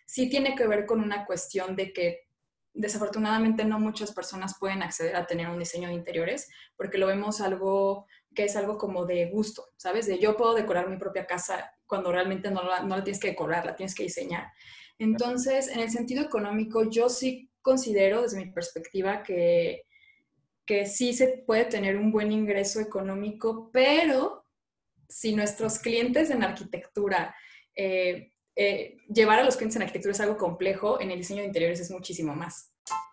sí tiene que ver con una cuestión de que desafortunadamente no muchas personas pueden acceder a tener un diseño de interiores, porque lo vemos algo que es algo como de gusto, ¿sabes? De yo puedo decorar mi propia casa cuando realmente no la tienes que decorar, la tienes que diseñar. Entonces, en el sentido económico, yo sí considero desde mi perspectiva que sí se puede tener un buen ingreso económico, pero si nuestros clientes en arquitectura, llevar a los clientes en arquitectura es algo complejo, en el diseño de interiores es muchísimo más.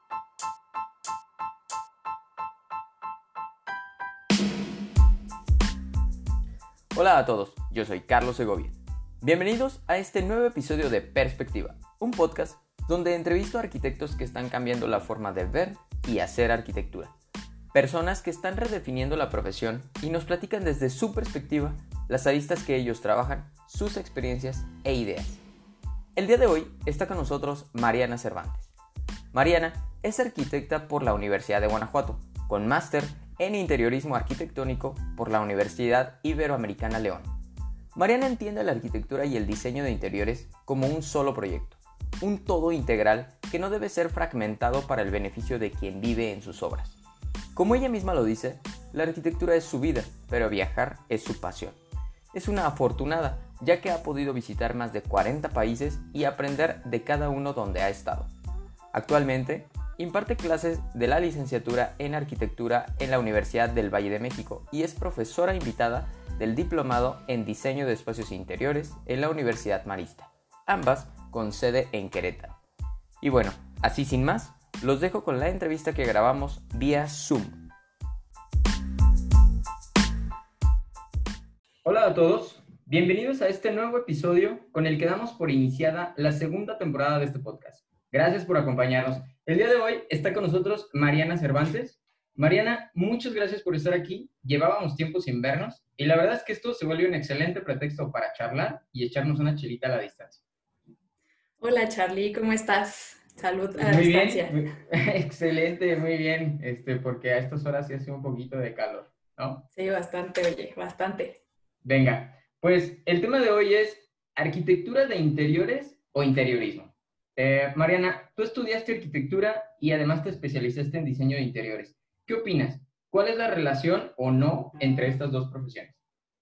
Hola a todos, yo soy Carlos Segovia. Bienvenidos a este nuevo episodio de Perspectiva, un podcast donde entrevisto a arquitectos que están cambiando la forma de ver y hacer arquitectura. Personas que están redefiniendo la profesión y nos platican desde su perspectiva las aristas que ellos trabajan, sus experiencias e ideas. El día de hoy está con nosotros Mariana Cervantes. Mariana es arquitecta por la Universidad de Guanajuato, con máster en interiorismo arquitectónico por la Universidad Iberoamericana León. Mariana entiende la arquitectura y el diseño de interiores como un solo proyecto, un todo integral que no debe ser fragmentado para el beneficio de quien vive en sus obras. Como ella misma lo dice, la arquitectura es su vida, pero viajar es su pasión. Es una afortunada, ya que ha podido visitar más de 40 países y aprender de cada uno donde ha estado. Actualmente, imparte clases de la licenciatura en arquitectura en la Universidad del Valle de México y es profesora invitada del diplomado en diseño de espacios interiores en la Universidad Marista, ambas con sede en Querétaro. Y bueno, así sin más, los dejo con la entrevista que grabamos vía Zoom. Hola a todos, bienvenidos a este nuevo episodio con el que damos por iniciada la segunda temporada de este podcast. Gracias por acompañarnos. El día de hoy está con nosotros Mariana Cervantes. Mariana, muchas gracias por estar aquí. Llevábamos tiempo sin vernos y la verdad es que esto se vuelve un excelente pretexto para charlar y echarnos una chelita a la distancia. Hola Charlie, ¿cómo estás? Salud Pues a la muy distancia. bien, excelente, muy bien, porque a estas horas sí hace un poquito de calor, ¿no? Sí, bastante, oye, bastante. Venga, pues el tema de hoy es arquitectura de interiores o interiorismo. Mariana, tú estudiaste arquitectura y además te especializaste en diseño de interiores. ¿Qué opinas? ¿Cuál es la relación o no entre estas dos profesiones?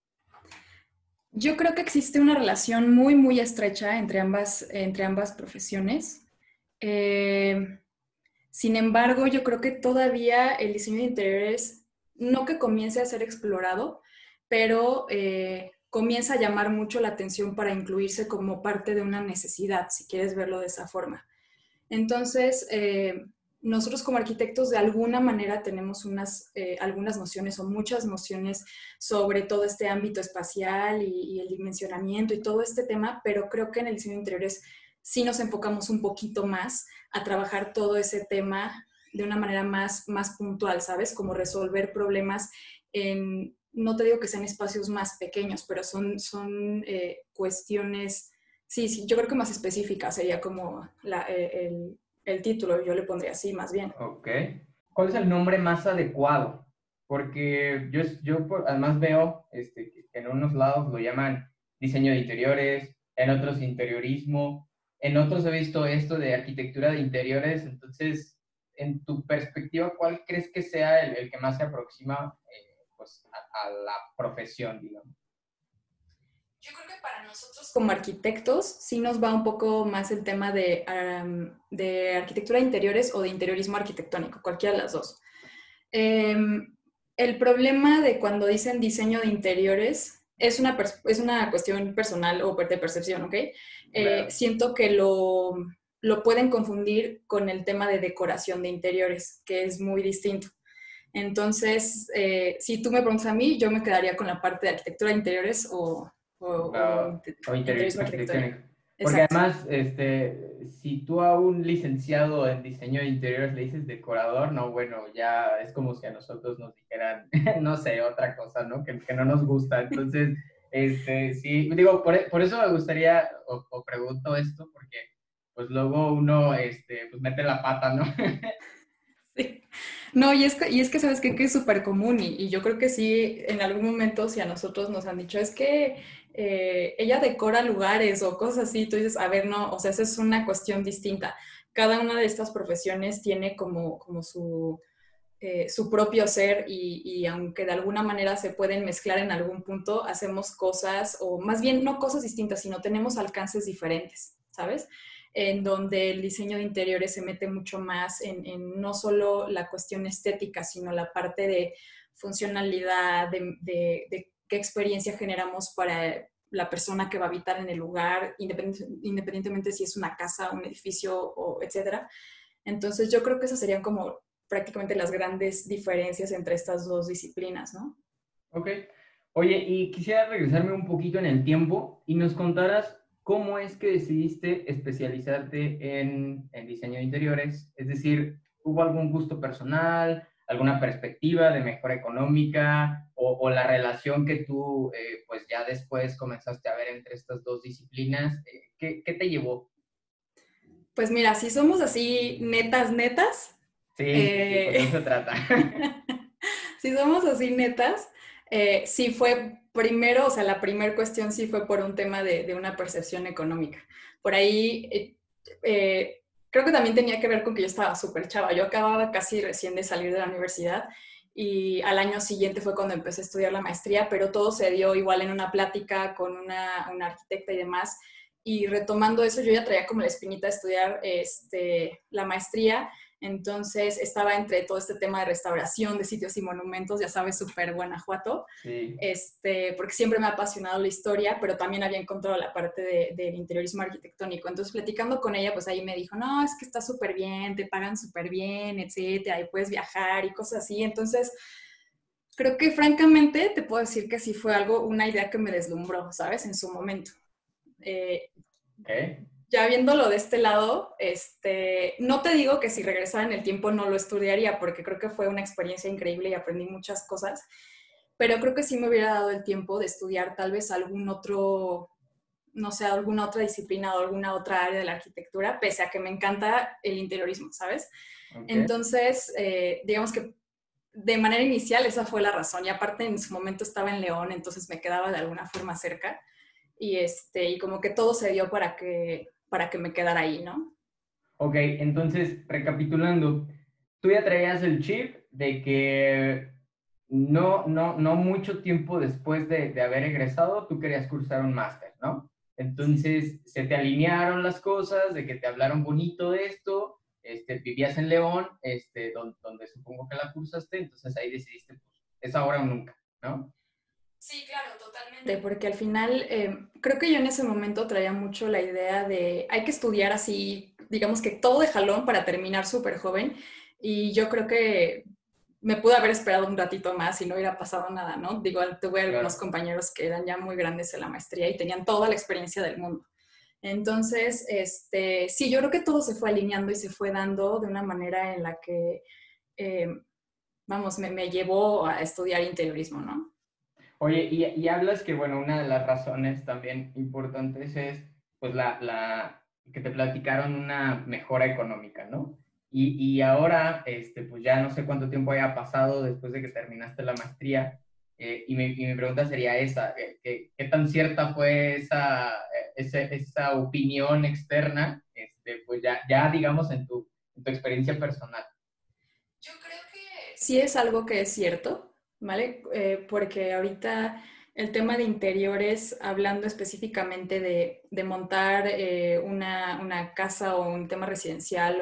Yo creo que existe una relación muy, muy estrecha entre ambas profesiones. Eh, Sin embargo, yo creo que todavía el diseño de interiores, no que comience a ser explorado, pero comienza a llamar mucho la atención para incluirse como parte de una necesidad, si quieres verlo de esa forma. Entonces, nosotros como arquitectos de alguna manera tenemos algunas nociones o muchas nociones sobre todo este ámbito espacial y el dimensionamiento y todo este tema, pero creo que en el diseño de interiores sí nos enfocamos un poquito más a trabajar todo ese tema de una manera más puntual, ¿sabes? Como resolver problemas no te digo que sean espacios más pequeños, pero son cuestiones. Sí, sí, yo creo que más específica sería como el título, yo le pondría así más bien. Ok. ¿Cuál es el nombre más adecuado? Porque además veo que en unos lados lo llaman diseño de interiores, en otros interiorismo, en otros he visto esto de arquitectura de interiores. Entonces, en tu perspectiva, ¿cuál crees que sea el que más se aproxima pues, a la profesión, digamos? Yo creo que para nosotros como arquitectos sí nos va un poco más el tema de arquitectura de interiores o de interiorismo arquitectónico, cualquiera de las dos. El problema de cuando dicen diseño de interiores es una cuestión personal o de percepción, ¿ok? Claro. Siento que lo pueden confundir con el tema de decoración de interiores, que es muy distinto. Entonces, si tú me preguntas a mí, yo me quedaría con la parte de arquitectura de interiores o O interiorismo arquitectónico. arquitectónico. Porque Exacto. además, si tú a un licenciado en diseño de interiores le dices decorador, no, bueno, ya es como si a nosotros nos dijeran, no sé, otra cosa, ¿no? Que no nos gusta. Entonces, sí, digo, por eso me gustaría, o pregunto esto, porque pues luego uno, pues mete la pata, ¿no? Sí. No, y es que sabes qué? Que es súper común y yo creo que sí, en algún momento si a nosotros nos han dicho, es que ella decora lugares o cosas así, tú dices, a ver, no, o sea, esa es una cuestión distinta. Cada una de estas profesiones tiene como su propio ser y aunque de alguna manera se pueden mezclar en algún punto, hacemos cosas, o más bien no cosas distintas, sino tenemos alcances diferentes, ¿sabes? En donde el diseño de interiores se mete mucho más en no solo la cuestión estética, sino la parte de funcionalidad, de qué experiencia generamos para la persona que va a habitar en el lugar, independientemente si es una casa, un edificio, o etcétera. Entonces yo creo que esas serían como prácticamente las grandes diferencias entre estas dos disciplinas, ¿no? Ok. Oye, y quisiera regresarme un poquito en el tiempo y nos contaras cómo es que decidiste especializarte en diseño de interiores. Es decir, ¿hubo algún gusto personal, alguna perspectiva de mejora económica o la relación que tú pues ya después comenzaste a ver entre estas dos disciplinas? ¿Qué te llevó? Pues mira, si somos así netas, netas, Sí, pues de eso se trata. si somos así netas, sí fue primero, o sea, la primera cuestión sí fue por un tema de una percepción económica. Por ahí, creo que también tenía que ver con que yo estaba súper chava. Yo acababa casi recién de salir de la universidad y al año siguiente fue cuando empecé a estudiar la maestría, pero todo se dio igual en una plática con una arquitecta y demás. Y retomando eso, yo ya traía como la espinita de estudiar la maestría. Entonces estaba entre todo este tema de restauración de sitios y monumentos, ya sabes, súper Guanajuato, Sí. porque siempre me ha apasionado la historia, pero también había encontrado la parte del interiorismo arquitectónico. Entonces, platicando con ella, pues ahí me dijo, no, es que está súper bien, te pagan súper bien, etcétera, y puedes viajar y cosas así. Entonces, creo que francamente te puedo decir que sí fue algo, una idea que me deslumbró, ¿sabes? En su momento. Eh, Okay. ya viéndolo de este lado, no te digo que si regresara en el tiempo no lo estudiaría, porque creo que fue una experiencia increíble y aprendí muchas cosas, pero creo que sí me hubiera dado el tiempo de estudiar tal vez algún otro, no sé, alguna otra disciplina o alguna otra área de la arquitectura, pese a que me encanta el interiorismo, ¿sabes? Okay. Entonces, digamos que de manera inicial esa fue la razón, y aparte en su momento estaba en León, entonces me quedaba de alguna forma cerca, y como que todo se dio para que me quedara ahí, ¿no? Ok, entonces, recapitulando, tú ya traías el chip de que no mucho tiempo después de haber egresado, tú querías cursar un máster, ¿no? Entonces, se te alinearon las cosas, de que te hablaron bonito de esto, vivías en León, donde supongo que la cursaste, entonces ahí decidiste, pues, es ahora o nunca, ¿no? Sí, claro, totalmente. Porque al final, creo que yo en ese momento traía mucho la idea de hay que estudiar así, digamos que todo de jalón para terminar súper joven. Y yo creo que me pude haber esperado un ratito más y no hubiera pasado nada, ¿no? Digo, tuve algunos Claro. compañeros que eran ya muy grandes en la maestría y tenían toda la experiencia del mundo. Entonces, sí, yo creo que todo se fue alineando y se fue dando de una manera en la que, eh, vamos, me llevó a estudiar interiorismo, ¿no? Oye, y hablas que, bueno, una de las razones también importantes es, pues, que te platicaron una mejora económica, ¿no? Y ahora, pues, ya no sé cuánto tiempo haya pasado después de que terminaste la maestría, y mi pregunta sería esa, ¿qué tan cierta fue esa opinión externa, pues, ya digamos, en tu experiencia personal? Yo creo que sí es algo que es cierto, ¿vale? Porque ahorita el tema de interiores, hablando específicamente de montar una casa o un tema residencial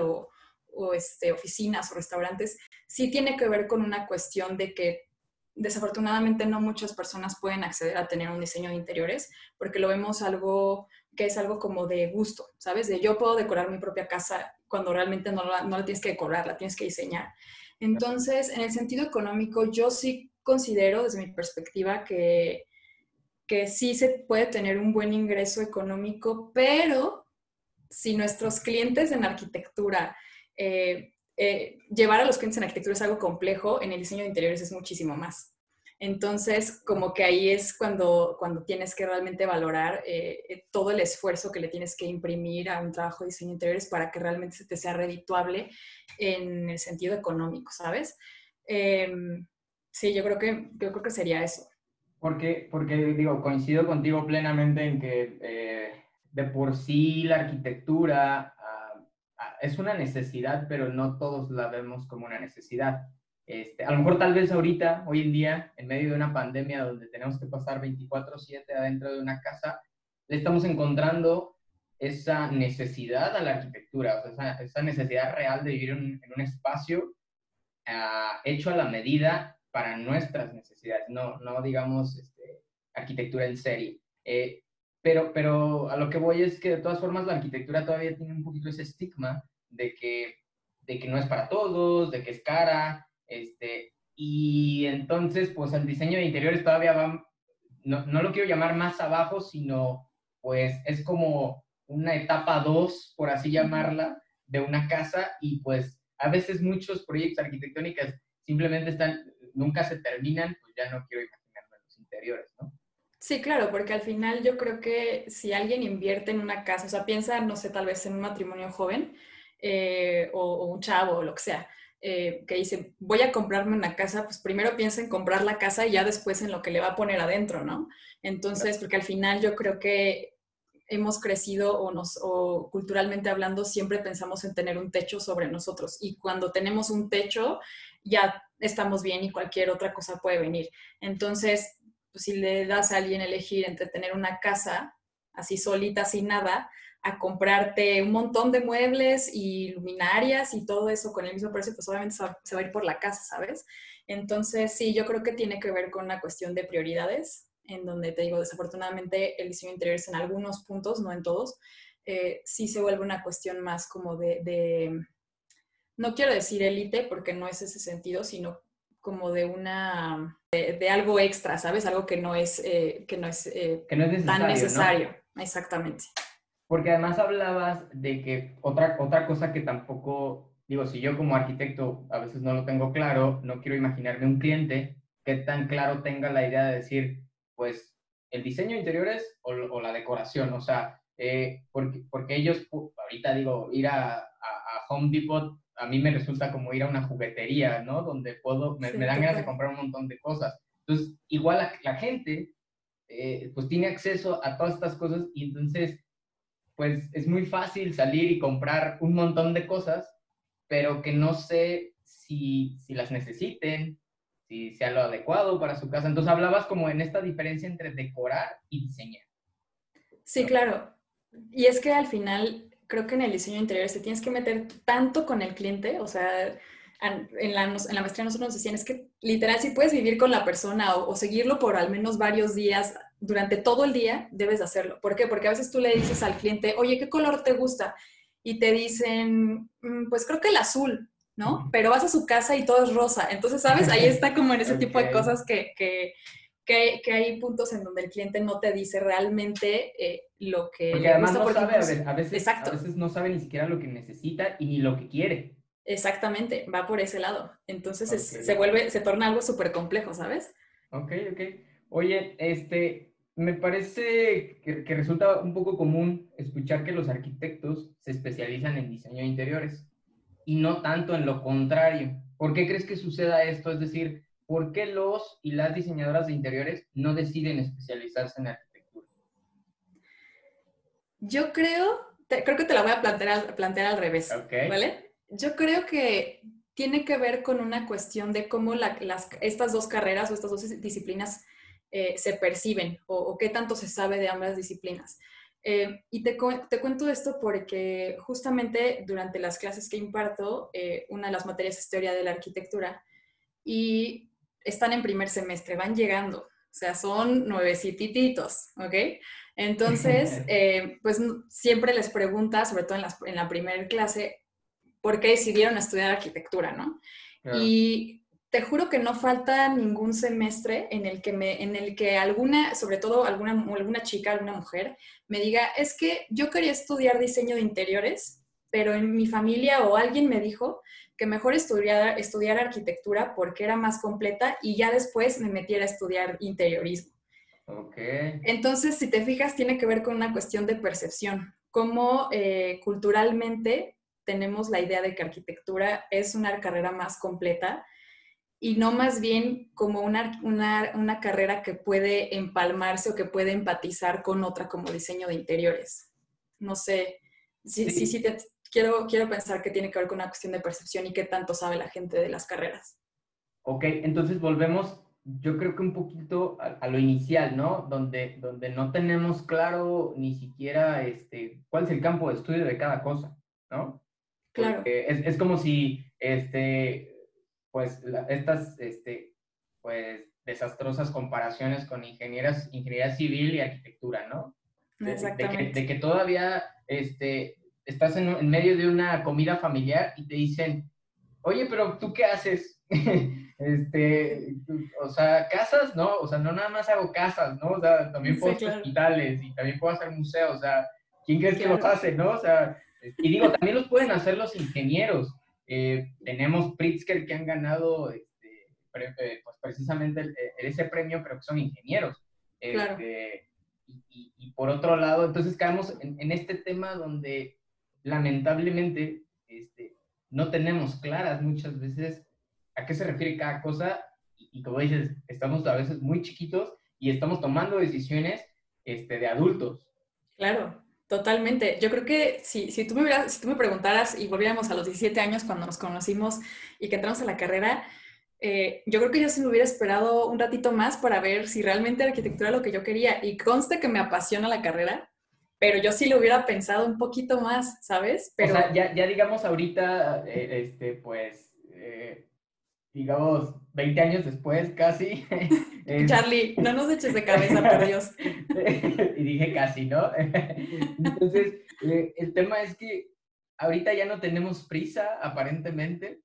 o oficinas o restaurantes, sí tiene que ver con una cuestión de que desafortunadamente no muchas personas pueden acceder a tener un diseño de interiores, porque lo vemos algo que es algo como de gusto, ¿sabes? De yo puedo decorar mi propia casa cuando realmente no la tienes que decorar, la tienes que diseñar. Entonces, en el sentido económico, yo sí considero desde mi perspectiva que sí se puede tener un buen ingreso económico, pero si nuestros clientes en arquitectura, llevar a los clientes en arquitectura es algo complejo, en el diseño de interiores es muchísimo más. Entonces, como que ahí es cuando tienes que realmente valorar todo el esfuerzo que le tienes que imprimir a un trabajo de diseño de interiores para que realmente se te sea redituable en el sentido económico, ¿sabes? Sí, yo creo que sería eso. Porque digo, coincido contigo plenamente en que de por sí la arquitectura es una necesidad, pero no todos la vemos como una necesidad. A lo mejor tal vez ahorita, hoy en día, en medio de una pandemia donde tenemos que pasar 24/7 adentro de una casa, le estamos encontrando esa necesidad a la arquitectura, o sea, esa necesidad real de vivir en un espacio hecho a la medida para nuestras necesidades, no digamos arquitectura en serie. Pero a lo que voy es que de todas formas la arquitectura todavía tiene un poquito ese estigma de que no es para todos, de que es cara, y entonces pues el diseño de interiores todavía va, no lo quiero llamar más abajo, sino pues es como una etapa 2 por así llamarla, de una casa, y pues a veces muchos proyectos arquitectónicos simplemente nunca se terminan, pues ya no quiero imaginarme los interiores, ¿no? Sí, claro, porque al final yo creo que si alguien invierte en una casa, o sea, piensa, no sé, tal vez en un matrimonio joven o un chavo o lo que sea, que dice, voy a comprarme una casa, pues primero piensa en comprar la casa y ya después en lo que le va a poner adentro, ¿no? Entonces, porque al final yo creo que hemos crecido o culturalmente hablando siempre pensamos en tener un techo sobre nosotros y cuando tenemos un techo ya estamos bien y cualquier otra cosa puede venir. Entonces, pues, si le das a alguien elegir entre tener una casa así solita, sin nada, a comprarte un montón de muebles y luminarias y todo eso con el mismo precio, pues obviamente se va a ir por la casa, ¿sabes? Entonces, sí, yo creo que tiene que ver con una cuestión de prioridades, en donde te digo, desafortunadamente el diseño interior es en algunos puntos, no en todos, sí se vuelve una cuestión más como no quiero decir élite porque no es ese sentido, sino como de algo extra, ¿sabes? Algo que no es, Que no es tan necesario, ¿no? necesario. Exactamente. Porque además hablabas de que otra cosa que tampoco, digo, si yo como arquitecto a veces no lo tengo claro, no quiero imaginarme un cliente que tan claro tenga la idea de decir, pues, el diseño de interiores o la decoración, o sea, porque ellos, ahorita digo, ir a Home Depot, a mí me resulta como ir a una juguetería, ¿no? Donde me Sí, dan ganas de total. comprar un montón de cosas. Entonces, igual la gente, pues tiene acceso a todas estas cosas y entonces pues es muy fácil salir y comprar un montón de cosas, pero que no sé si las necesiten, si sea lo adecuado para su casa. Entonces hablabas como en esta diferencia entre decorar y diseñar, Sí, ¿no? claro. Y es que al final creo que en el diseño interior te tienes que meter tanto con el cliente, o sea, en la maestría nosotros nos decían, es que literal, si puedes vivir con la persona o seguirlo por al menos varios días, durante todo el día, debes de hacerlo. ¿Por qué? Porque a veces tú le dices al cliente, oye, ¿qué color te gusta? Y te dicen, pues creo que el azul, ¿no? Pero vas a su casa y todo es rosa. Entonces, ¿sabes? Ahí está como en ese Ok. tipo de cosas que hay puntos en donde el cliente no te dice realmente lo que Porque le además gusta, no porque sabe, incluso, a exacto, veces no sabe ni siquiera lo que necesita y ni lo que quiere. exactamente, va por ese lado. Entonces Ok. se torna algo súper complejo, ¿sabes? Ok, ok. Oye, me parece que resulta un poco común escuchar que los arquitectos se especializan en diseño de interiores y no tanto en lo contrario. ¿Por qué crees que suceda esto? Es decir, ¿por qué los y las diseñadoras de interiores no deciden especializarse en arquitectura? Yo creo que te la voy a plantear al revés, Ok, ¿vale? Yo creo que tiene que ver con una cuestión de cómo estas dos carreras o estas dos disciplinas se perciben o qué tanto se sabe de ambas disciplinas. Te cuento esto porque justamente durante las clases que imparto, una de las materias es teoría de la arquitectura y están en primer semestre, van llegando, o sea, son nuevecititos, ¿ok? Entonces, pues siempre les pregunta, sobre todo en la primera clase, por qué decidieron estudiar arquitectura, ¿no? claro. Y te juro que no falta ningún semestre en el que alguna, sobre todo alguna chica, alguna mujer, me diga, es que yo quería estudiar diseño de interiores, pero en mi familia o alguien me dijo que mejor estudiar arquitectura porque era más completa y ya después me metiera a estudiar interiorismo. Ok, Entonces, si te fijas, tiene que ver con una cuestión de percepción, cómo culturalmente tenemos la idea de que arquitectura es una carrera más completa y no más bien como una carrera que puede empalmarse o que puede empatizar con otra como diseño de interiores. No sé, Sí. quiero pensar que tiene que ver con una cuestión de percepción y qué tanto sabe la gente de las carreras. Ok, entonces volvemos, yo creo que un poquito a lo inicial, ¿no? Donde no tenemos claro ni siquiera cuál es el campo de estudio de cada cosa, ¿no? Claro, Porque es como si, pues, estas, pues, desastrosas comparaciones con ingeniería civil y arquitectura, ¿no? De exactamente. que todavía, estás en medio de una comida familiar y te dicen, oye, pero ¿tú qué haces? O sea, casas, ¿no? O sea, no nada más hago casas, ¿no? O sea, también puedo Sí, hacer claro, hospitales y también puedo hacer museos, o sea, ¿quién crees que los claro. hace, no? O sea, y digo, también los pueden hacer los ingenieros. Tenemos Pritzker que han ganado, pues precisamente ese premio, pero que son ingenieros. Claro. Y por otro lado, entonces caemos en este tema donde lamentablemente, no tenemos claras muchas veces a qué se refiere cada cosa y como dices, estamos a veces muy chiquitos y estamos tomando decisiones de adultos. Claro, totalmente. Yo creo que si tú me preguntaras y volviéramos a los 17 años cuando nos conocimos y que entramos a la carrera, yo creo que yo sí me hubiera esperado un ratito más para ver si realmente arquitectura era lo que yo quería. Y conste que me apasiona la carrera, pero yo sí lo hubiera pensado un poquito más, ¿sabes? O sea, Pero, ya digamos ahorita, pues, digamos, 20 años después casi, es, Charlie, no nos eches de cabeza, por Dios. y dije casi, ¿no? Entonces, el tema es que ahorita ya no tenemos prisa, aparentemente,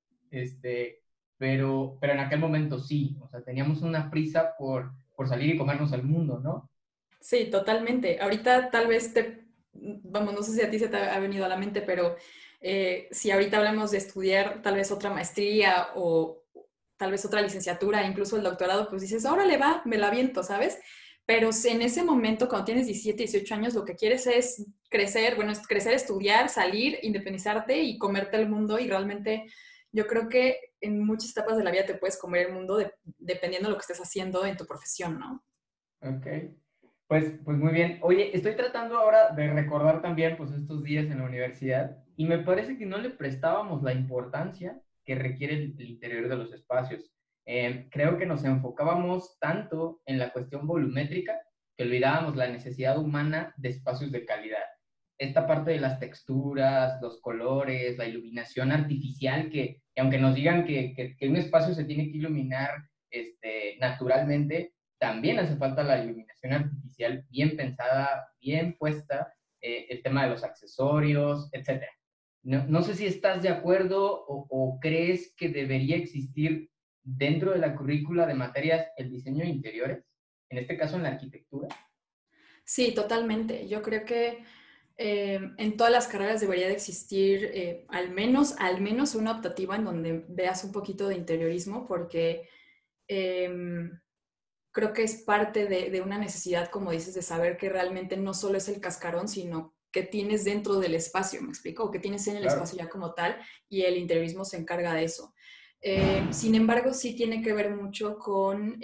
pero en aquel momento sí, o sea, teníamos una prisa por salir y comernos el mundo, ¿no? Sí, totalmente. Ahorita tal vez vamos, no sé si a ti se te ha venido a la mente, pero si ahorita hablamos de estudiar tal vez otra maestría o tal vez otra licenciatura, incluso el doctorado, pues dices, órale, va, me la aviento, ¿sabes? Pero si en ese momento, cuando tienes 17, 18 años, lo que quieres es crecer, bueno, es crecer, estudiar, salir, independizarte y comerte el mundo. Y realmente yo creo que en muchas etapas de la vida te puedes comer el mundo dependiendo de lo que estés haciendo en tu profesión, ¿no? Ok. Pues muy bien. Oye, estoy tratando ahora de recordar también pues estos días en la universidad y me parece que no le prestábamos la importancia que requiere el interior de los espacios. Creo que nos enfocábamos tanto en la cuestión volumétrica que olvidábamos la necesidad humana de espacios de calidad. Esta parte de las texturas, los colores, la iluminación artificial, que aunque nos digan que un espacio se tiene que iluminar naturalmente, también hace falta la iluminación artificial bien pensada, bien puesta, el tema de los accesorios, etcétera. No sé si estás de acuerdo o crees que debería existir dentro de la currícula de materias el diseño de interiores, en este caso en la arquitectura. Sí, totalmente. Yo creo que en todas las carreras debería de existir al menos una optativa en donde veas un poquito de interiorismo, porque eh, creo que es parte de una necesidad, como dices, de saber que realmente no solo es el cascarón, sino que tienes dentro del espacio, ¿me explico? O que tienes en el Claro. espacio ya como tal, y el interiorismo se encarga de eso. Sin embargo, sí tiene que ver mucho con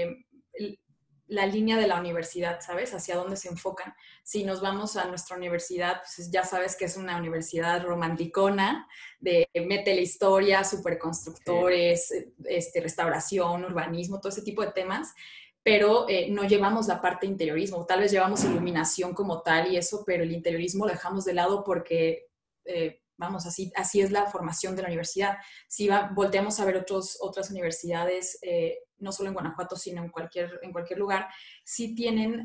la línea de la universidad, ¿sabes? Hacia dónde se enfocan. Si nos vamos a nuestra universidad, pues ya sabes que es una universidad romanticona, de mete la historia, Sí. superconstructores, restauración, urbanismo, todo ese tipo de temas, pero no llevamos la parte de interiorismo. Tal vez llevamos iluminación como tal y eso, pero el interiorismo lo dejamos de lado porque, vamos, así es la formación de la universidad. Si volteamos a ver otras universidades, no solo en Guanajuato, sino en cualquier lugar, sí tienen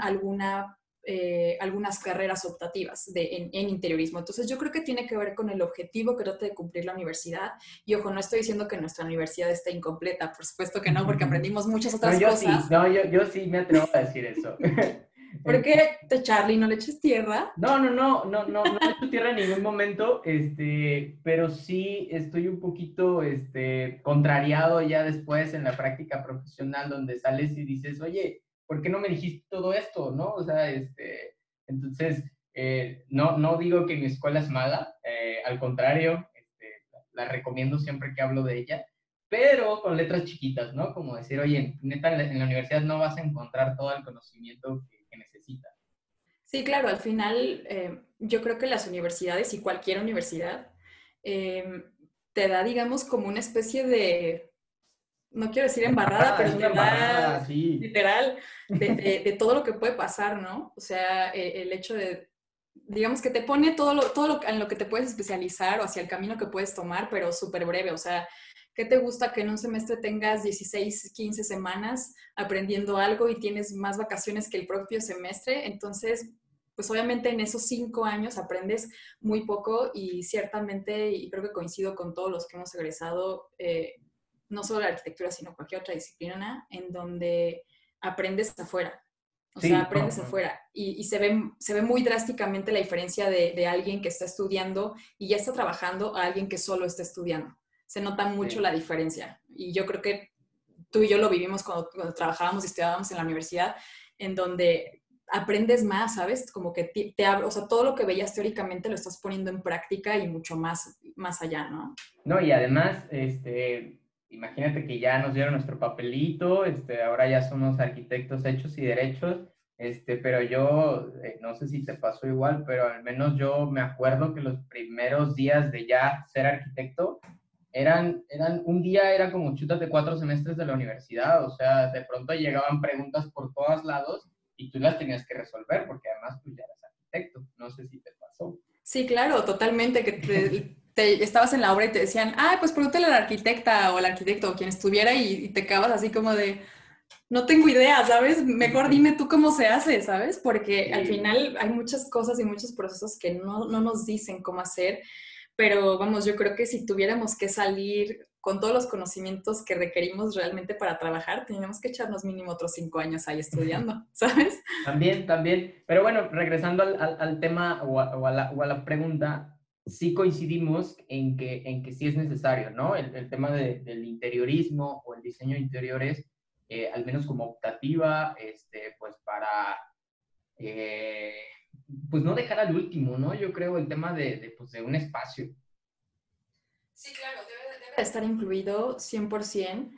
algunas carreras optativas en interiorismo. Entonces yo creo que tiene que ver con el objetivo que trata de cumplir la universidad. Y ojo, no estoy diciendo que nuestra universidad esté incompleta, por supuesto que no, porque aprendimos muchas No, otras cosas. yo sí me atrevo a decir eso. ¿Por qué, Charlie, no le eches tierra? No le echo tierra en ningún momento, pero sí estoy un poquito, contrariado ya después en la práctica profesional donde sales y dices, oye, ¿por qué no me dijiste todo esto, no? O sea, entonces, no digo que mi escuela es mala, al contrario, la recomiendo siempre que hablo de ella, pero con letras chiquitas, ¿no? Como decir, oye, neta, en la universidad no vas a encontrar todo el conocimiento que necesitas. Sí, claro, al final yo creo que las universidades y cualquier universidad eh, te da, digamos, como una especie de, no quiero decir embarrada, Es pero una te da embarrada, sí. literal de todo lo que puede pasar, ¿no? O sea, el hecho de, digamos que te pone todo lo en lo que te puedes especializar o hacia el camino que puedes tomar, pero súper breve, o sea, ¿qué te gusta que en un semestre tengas 16, 15 semanas aprendiendo algo y tienes más vacaciones que el propio semestre? Entonces, pues obviamente en esos 5 años aprendes muy poco y ciertamente, y creo que coincido con todos los que hemos egresado, no solo la arquitectura, sino cualquier otra disciplina, en donde aprendes afuera. O sea, Sí, aprendes afuera y se ve muy drásticamente la diferencia de alguien que está estudiando y ya está trabajando a alguien que solo está estudiando. Se nota mucho sí. la diferencia. Y yo creo que tú y yo lo vivimos cuando trabajábamos y estudiábamos en la universidad, en donde aprendes más, ¿sabes? Como que o sea, todo lo que veías teóricamente lo estás poniendo en práctica y mucho más allá, ¿no? No, y además, imagínate que ya nos dieron nuestro papelito, ahora ya somos arquitectos hechos y derechos, pero yo, no sé si te pasó igual, pero al menos yo me acuerdo que los primeros días de ya ser arquitecto un día era como chútate 4 semestres de la universidad, o sea, de pronto llegaban preguntas por todos lados y tú las tenías que resolver, porque además tú ya eras arquitecto, no sé si te pasó. Sí, claro, totalmente, que estabas en la obra y te decían, ah, pues pregúntale a la arquitecta o al arquitecto o quien estuviera y te acabas así como de, no tengo idea, ¿sabes? Mejor dime tú cómo se hace, ¿sabes? Porque al Sí. final hay muchas cosas y muchos procesos que no nos dicen cómo hacer, pero vamos, yo creo que si tuviéramos que salir con todos los conocimientos que requerimos realmente para trabajar, tendríamos que echarnos mínimo otros 5 años ahí estudiando, ¿sabes? También, también. Pero bueno, regresando al tema o a la pregunta, sí coincidimos en que sí es necesario, ¿no? El tema del interiorismo o el diseño de interiores, al menos como optativa, pues para, eh, pues no dejar al último, ¿no? Yo creo el tema pues de un espacio. Sí, claro, debe de estar incluido 100%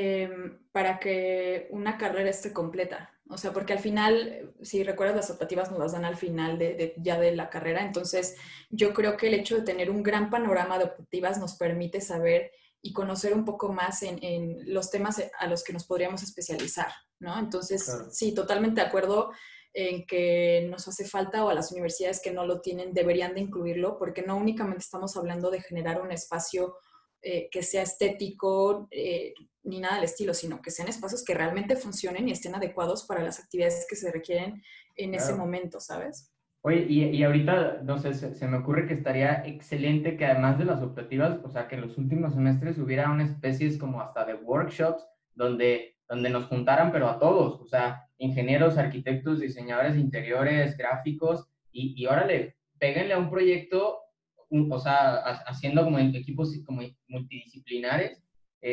para que una carrera esté completa. O sea, porque al final, si recuerdas, las optativas nos las dan al final ya de la carrera. Entonces, yo creo que el hecho de tener un gran panorama de optativas nos permite saber y conocer un poco más en los temas a los que nos podríamos especializar, ¿no? Entonces, Claro. sí, totalmente de acuerdo en que nos hace falta o a las universidades que no lo tienen deberían de incluirlo porque no únicamente estamos hablando de generar un espacio que sea estético ni nada del estilo, sino que sean espacios que realmente funcionen y estén adecuados para las actividades que se requieren en ese Claro. momento, ¿sabes? Oye, y ahorita, no sé, se me ocurre que estaría excelente que además de las optativas, o sea, que en los últimos semestres hubiera una especie como hasta de workshops donde nos juntaran, pero a todos, o sea, ingenieros, arquitectos, diseñadores de interiores, gráficos, y órale, péguenle a un proyecto, o sea, haciendo como en equipos como multidisciplinares,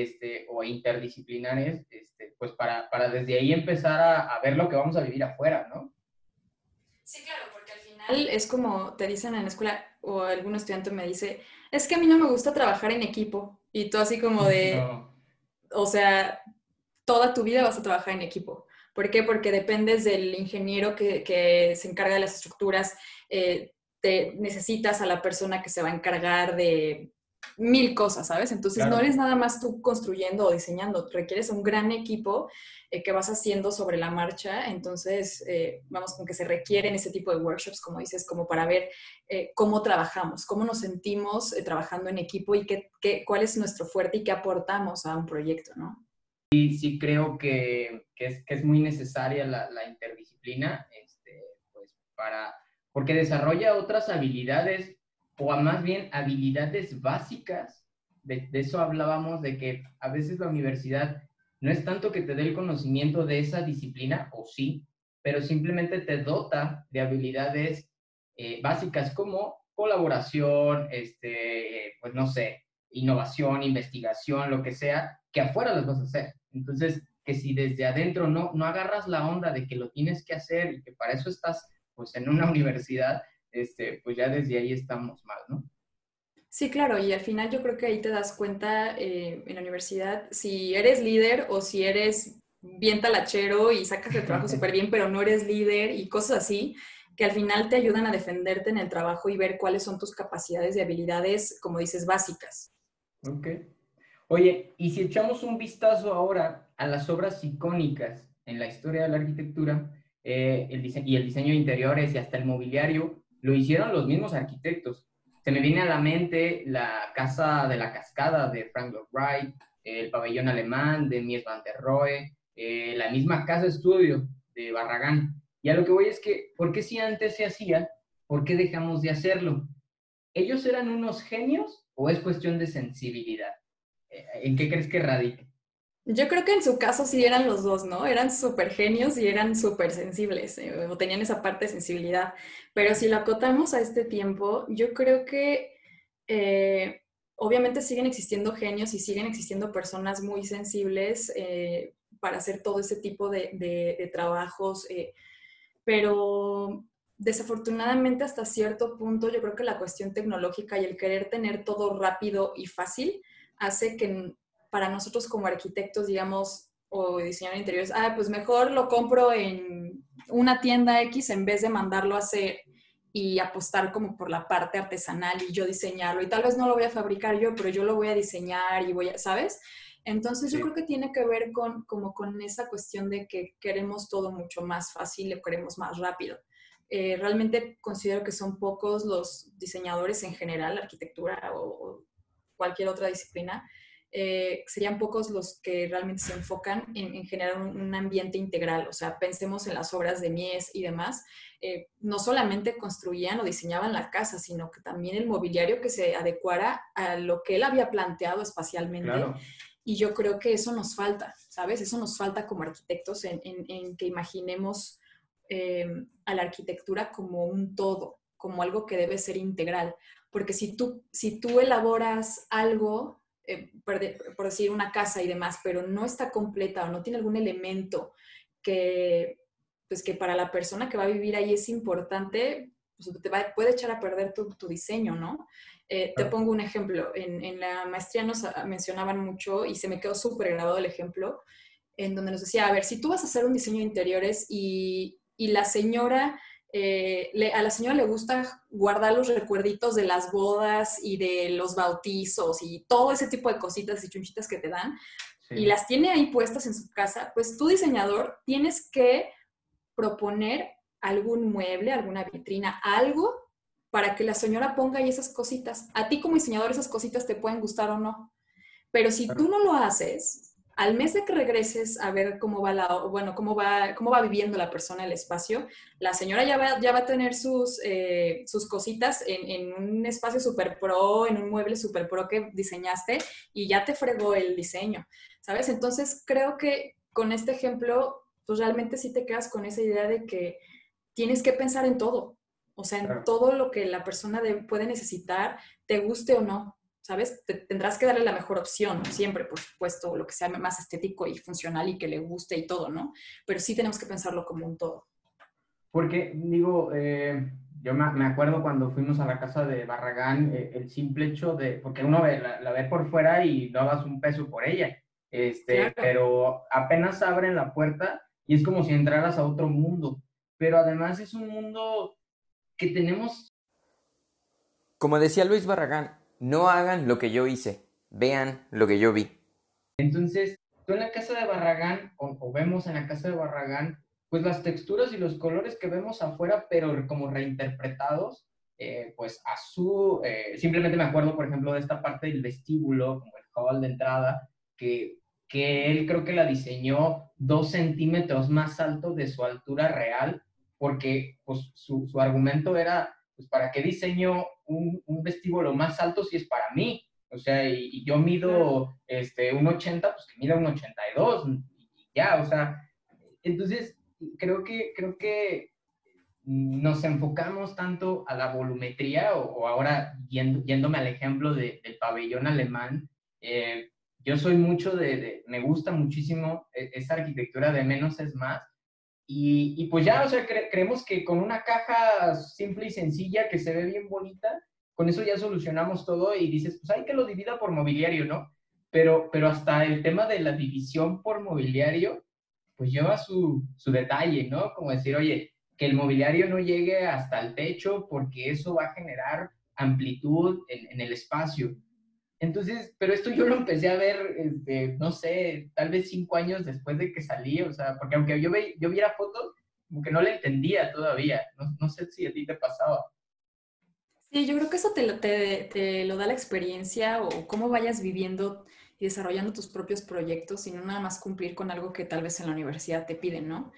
o interdisciplinares, pues para desde ahí empezar a ver lo que vamos a vivir afuera, ¿no? Sí, claro, porque al final es como te dicen en la escuela o algún estudiante me dice, es que a mí no me gusta trabajar en equipo. Y tú así como de, No. o sea, toda tu vida vas a trabajar en equipo. ¿Por qué? Porque dependes del ingeniero que se encarga de las estructuras, te necesitas a la persona que se va a encargar de mil cosas, ¿sabes? Entonces no eres Claro. nada más tú construyendo o diseñando, requieres un gran equipo que vas haciendo sobre la marcha, entonces vamos con que se requieren ese tipo de workshops, como dices, como para ver cómo trabajamos, cómo nos sentimos trabajando en equipo y cuál es nuestro fuerte y qué aportamos a un proyecto, ¿no? Y sí creo que es muy necesaria la interdisciplina, pues porque desarrolla otras habilidades, o más bien habilidades básicas. De eso hablábamos, de que a veces la universidad no es tanto que te dé el conocimiento de esa disciplina, o sí, pero simplemente te dota de habilidades básicas como colaboración, pues no sé, innovación, investigación, lo que sea, que afuera las vas a hacer. Entonces, que si desde adentro no agarras la onda de que lo tienes que hacer y que para eso estás pues en una universidad, pues ya desde ahí estamos mal, ¿no? Sí, claro, y al final yo creo que ahí te das cuenta en la universidad si eres líder o si eres bien talachero y sacas el trabajo súper bien, pero no eres líder y cosas así, que al final te ayudan a defenderte en el trabajo y ver cuáles son tus capacidades y habilidades, como dices, básicas. Ok. Oye, y si echamos un vistazo ahora a las obras icónicas en la historia de la arquitectura, y el diseño de interiores y hasta el mobiliario, lo hicieron los mismos arquitectos. Se me viene a la mente la Casa de la Cascada de Frank Lloyd Wright, el pabellón alemán de Mies van der Rohe, la misma casa estudio de Barragán. Y a lo que voy es que, ¿por qué si antes se hacía, por qué dejamos de hacerlo? ¿Ellos eran unos genios o es cuestión de sensibilidad? ¿En qué crees que radica? Yo creo que en su caso sí eran los dos, ¿no? Eran súper genios y eran súper sensibles, o tenían esa parte de sensibilidad. Pero si lo acotamos a este tiempo, yo creo que obviamente siguen existiendo genios y siguen existiendo personas muy sensibles para hacer todo ese tipo de trabajos, pero desafortunadamente hasta cierto punto yo creo que la cuestión tecnológica y el querer tener todo rápido y fácil hace que para nosotros como arquitectos, digamos, o diseñadores de interiores, pues mejor lo compro en una tienda X en vez de mandarlo a hacer y apostar como por la parte artesanal y yo diseñarlo. Y tal vez no lo voy a fabricar yo, pero yo lo voy a diseñar y voy a, ¿sabes? Entonces yo creo Sí. que tiene que ver como con esa cuestión de que queremos todo mucho más fácil, lo queremos más rápido. Realmente considero que son pocos los diseñadores en general, arquitectura o cualquier otra disciplina, serían pocos los que realmente se enfocan en generar un ambiente integral. O sea, pensemos en las obras de Mies y demás. No solamente construían o diseñaban la casa, sino que también el mobiliario que se adecuara a lo que él había planteado espacialmente. Claro. Y yo creo que eso nos falta, ¿sabes? Eso nos falta como arquitectos en que imaginemos a la arquitectura como un todo, como algo que debe ser integral. Porque si tú elaboras algo, por decir una casa y demás, pero no está completa o no tiene algún elemento que, pues que para la persona que va a vivir ahí es importante, pues puede echar a perder tu diseño, ¿no? Te pongo un ejemplo. En la maestría nos mencionaban mucho y se me quedó súper grabado el ejemplo, en donde nos decía, a ver, si tú vas a hacer un diseño de interiores y la señora, a la señora le gusta guardar los recuerditos de las bodas y de los bautizos y todo ese tipo de cositas y chunchitas que te dan, y Sí. las tiene ahí puestas en su casa, pues tú diseñador tienes que proponer algún mueble, alguna vitrina, algo para que la señora ponga ahí esas cositas. A ti como diseñador esas cositas te pueden gustar o no, pero si tú Claro. no lo haces, al mes de que regreses a ver cómo va cómo va viviendo la persona el espacio, la señora ya va a tener sus cositas en un espacio super pro, en un mueble super pro que diseñaste y ya te fregó el diseño, ¿sabes? Entonces creo que con este ejemplo, pues realmente sí te quedas con esa idea de que tienes que pensar en todo, o sea, en Claro. todo lo que la persona puede necesitar, te guste o no. ¿Sabes? Tendrás que darle la mejor opción, siempre, por supuesto, lo que sea más estético y funcional y que le guste y todo, ¿no? Pero sí tenemos que pensarlo como un todo. Porque, digo, yo me acuerdo cuando fuimos a la casa de Barragán, el simple hecho de, porque uno la ve por fuera y no das un peso por ella, Claro. pero apenas abren la puerta y es como si entraras a otro mundo. Pero además es un mundo que tenemos. Como decía Luis Barragán, no hagan lo que yo hice, vean lo que yo vi. Entonces, tú en la casa de Barragán, o vemos en la casa de Barragán, pues las texturas y los colores que vemos afuera, pero como reinterpretados, pues simplemente me acuerdo, por ejemplo, de esta parte del vestíbulo, como el hall de entrada, que él creo que la diseñó 2 centímetros más alto de su altura real, porque pues, su argumento era, pues, ¿para qué diseño un vestíbulo más alto si es para mí? O sea, y yo Claro. mido 1,80, pues que mida 1,82 y ya, o sea, entonces creo que nos enfocamos tanto a la volumetría o ahora yéndome al ejemplo del pabellón alemán, yo soy mucho me gusta muchísimo esa arquitectura de menos es más y pues ya, o sea, creemos que con una caja simple y sencilla que se ve bien bonita, con eso ya solucionamos todo y dices, pues hay que lo divida por mobiliario, ¿no? Pero hasta el tema de la división por mobiliario, pues lleva su detalle, ¿no? Como decir, oye, que el mobiliario no llegue hasta el techo porque eso va a generar amplitud en el espacio. Entonces, pero esto yo lo empecé a ver, no sé, tal vez 5 años después de que salí, o sea, porque aunque yo viera fotos, como que no le entendía todavía, no sé si a ti te pasaba. Sí, yo creo que eso te lo da la experiencia o cómo vayas viviendo y desarrollando tus propios proyectos y no nada más cumplir con algo que tal vez en la universidad te piden, ¿no?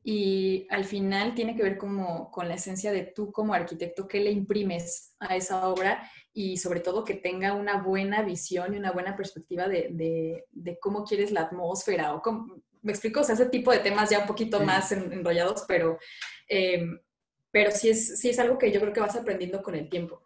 Y al final tiene que ver como con la esencia de tú como arquitecto, qué le imprimes a esa obra y sobre todo que tenga una buena visión y una buena perspectiva de cómo quieres la atmósfera o cómo, me explico, o sea, ese tipo de temas ya un poquito Sí. más enrollados, eh, pero sí es algo que yo creo que vas aprendiendo con el tiempo.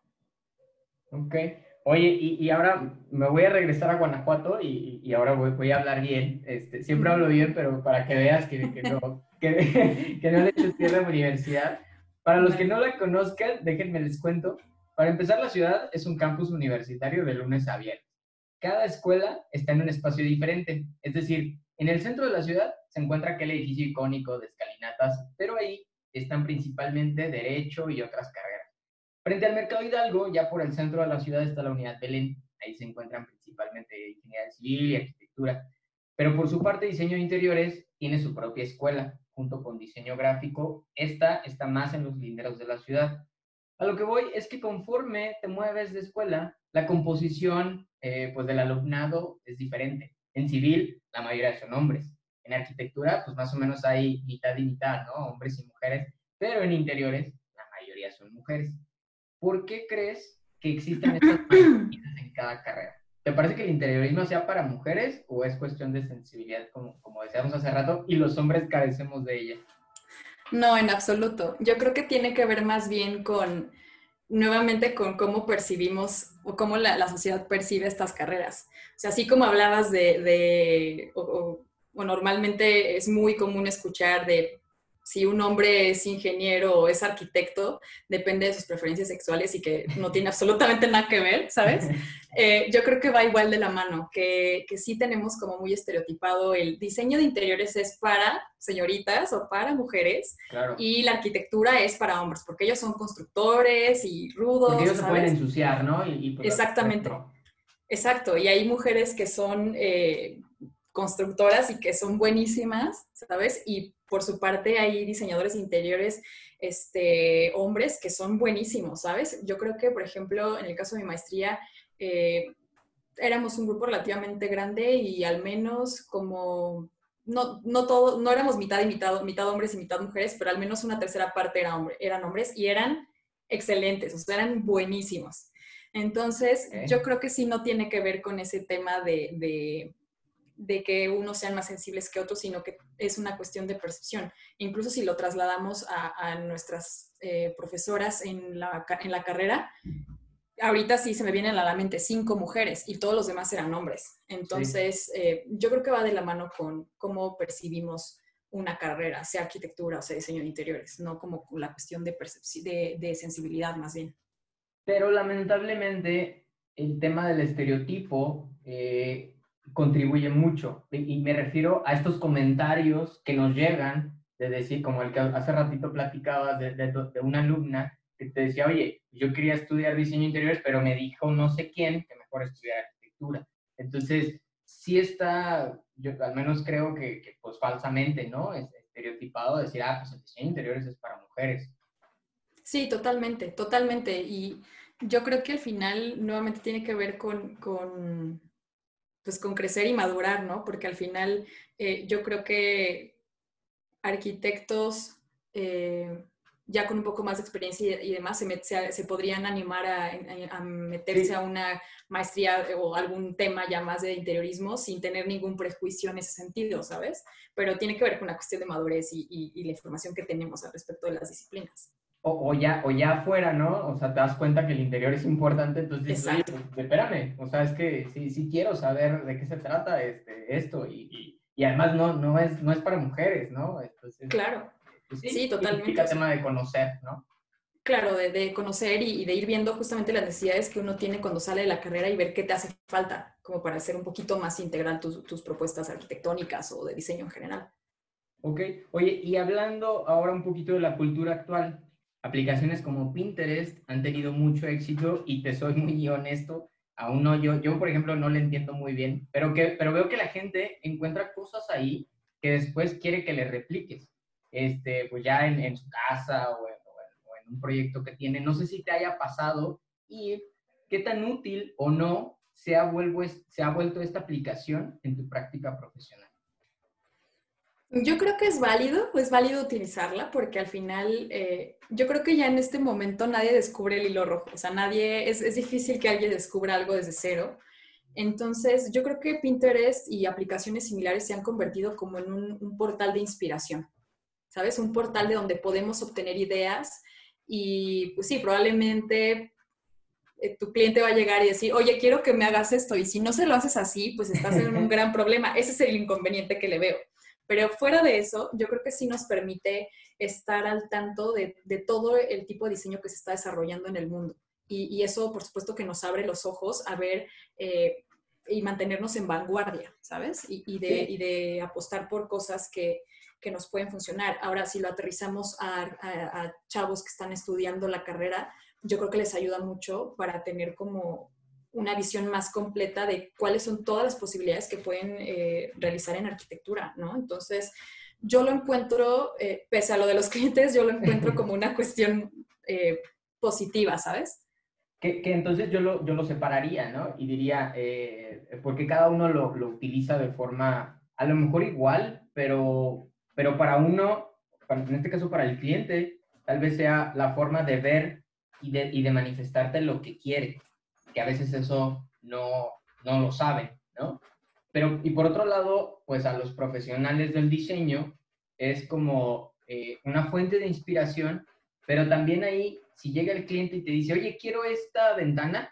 Ok. Oye, y ahora me voy a regresar a Guanajuato y ahora voy a hablar bien. Siempre hablo bien, pero para que veas que no, que no le echo tierra a mi universidad. Para los que no Vale. la conozcan, déjenme les cuento. Para empezar, la ciudad es un campus universitario de lunes a viernes. Cada escuela está en un espacio diferente. Es decir, en el centro de la ciudad se encuentra aquel edificio icónico de escalinatas, pero ahí están principalmente derecho y otras carreras. Frente al Mercado Hidalgo, ya por el centro de la ciudad, está la Unidad Belén. Ahí se encuentran principalmente ingeniería civil y arquitectura. Pero por su parte, diseño de interiores tiene su propia escuela, junto con diseño gráfico. Esta está más en los linderos de la ciudad. A lo que voy es que conforme te mueves de escuela, la composición pues del alumnado es diferente. En civil, la mayoría son hombres. En arquitectura, pues más o menos hay mitad y mitad, ¿no? Hombres y mujeres. Pero en interiores, la mayoría son mujeres. ¿Por qué crees que existen estas mayorías en cada carrera? ¿Te parece que el interiorismo sea para mujeres o es cuestión de sensibilidad, como decíamos hace rato, y los hombres carecemos de ella? No, en absoluto. Yo creo que tiene que ver más bien con, nuevamente, con cómo percibimos o cómo la sociedad percibe estas carreras. O sea, así como hablabas o normalmente es muy común escuchar de si un hombre es ingeniero o es arquitecto, depende de sus preferencias sexuales y que no tiene absolutamente nada que ver, ¿sabes? Yo creo que va igual de la mano, que sí tenemos como muy estereotipado el diseño de interiores es para señoritas o para mujeres Claro, y la arquitectura es para hombres, porque ellos son constructores y porque rudos, ellos se pueden ¿sabes? ensuciar, ¿no? Y pues las mujeres Exactamente, no. exacto. Y hay mujeres que son constructoras y que son buenísimas, ¿sabes? Y por su parte hay diseñadores interiores, hombres que son buenísimos, ¿sabes? Yo creo que, por ejemplo, en el caso de mi maestría, eh, éramos un grupo relativamente grande y al menos como, no todo, no éramos mitad y mitad, mitad hombres y mitad mujeres, pero al menos una tercera parte eran hombres y eran excelentes, o sea, eran buenísimos. Entonces, yo ¿Eh? creo que sí no tiene que ver con ese tema de que unos sean más sensibles que otros, sino que es una cuestión de percepción. Incluso si lo trasladamos a nuestras profesoras en la carrera, ahorita sí se me vienen a la mente 5 mujeres y todos los demás eran hombres. Sí. Entonces, yo creo que va de la mano con cómo percibimos una carrera, sea arquitectura o sea diseño de interiores, no como la cuestión de sensibilidad más bien. Pero lamentablemente el tema del estereotipo contribuye mucho. Y me refiero a estos comentarios que nos llegan de decir, como el que hace ratito platicabas de una alumna que te decía, oye, yo quería estudiar diseño de interiores, pero me dijo no sé quién que mejor estudiar arquitectura. Entonces, sí está, yo al menos creo que pues falsamente, ¿no? Es estereotipado decir, ah, pues el diseño de interiores es para mujeres. Sí, totalmente, totalmente. Y yo creo que al final nuevamente tiene que ver pues, con crecer y madurar, ¿no? Porque al final yo creo que arquitectos ya con un poco más de experiencia y demás se podrían animar a meterse a Sí, una maestría o algún tema ya más de interiorismo sin tener ningún prejuicio en ese sentido, ¿sabes? Pero tiene que ver con la cuestión de madurez y la información que tenemos al respecto de las disciplinas. o ya afuera, ¿no? O sea, te das cuenta que el interior es importante, entonces dices, oye, Exacto, pues espérame, o sea, es que sí quiero saber de qué se trata esto, y además no es para mujeres, ¿no? Entonces, claro. pues Sí, sí, totalmente. implica O sea, tema de conocer, ¿no? claro, de conocer y de ir viendo justamente las necesidades que uno tiene cuando sale de la carrera y ver qué te hace falta, como para hacer un poquito más integral tus propuestas arquitectónicas o de diseño en general. Ok, oye, y hablando ahora un poquito de la cultura actual, aplicaciones como Pinterest han tenido mucho éxito y te soy muy honesto, aún no, yo por ejemplo no le entiendo muy bien, pero veo que la gente encuentra cosas ahí que después quiere que le repliques, pues ya en su casa o en un proyecto que tiene. No sé si te haya pasado y qué tan útil o no se ha vuelto esta aplicación en tu práctica profesional. Yo creo que es válido utilizarla porque al final yo creo que ya en este momento nadie descubre el hilo rojo, o sea, es difícil que alguien descubra algo desde cero. Entonces, yo creo que Pinterest y aplicaciones similares se han convertido como en un portal de inspiración, ¿sabes? Un portal de donde podemos obtener ideas y pues sí, probablemente tu cliente va a llegar y decir, oye, quiero que me hagas esto, y si no se lo haces así, pues estás en un gran problema. Ese es el inconveniente que le veo. Pero fuera de eso, yo creo que sí nos permite estar al tanto de todo el tipo de diseño que se está desarrollando en el mundo. Y eso, por supuesto, que nos abre los ojos a ver y mantenernos en vanguardia, ¿sabes? Sí. Y de apostar por cosas que nos pueden funcionar. Ahora, si lo aterrizamos a chavos que están estudiando la carrera, yo creo que les ayuda mucho para tener como una visión más completa de cuáles son todas las posibilidades que pueden realizar en arquitectura, ¿no? Entonces, yo lo encuentro, pese a lo de los clientes, yo lo encuentro como una cuestión positiva, ¿sabes? Que entonces yo lo separaría, ¿no? Y diría, porque cada uno lo utiliza de forma a lo mejor igual, pero para uno, en este caso para el cliente, tal vez sea la forma de ver y de manifestarte lo que quiere, que a veces eso no lo saben, ¿no? Pero, y por otro lado, pues a los profesionales del diseño es como una fuente de inspiración, pero también ahí, si llega el cliente y te dice, oye, quiero esta ventana,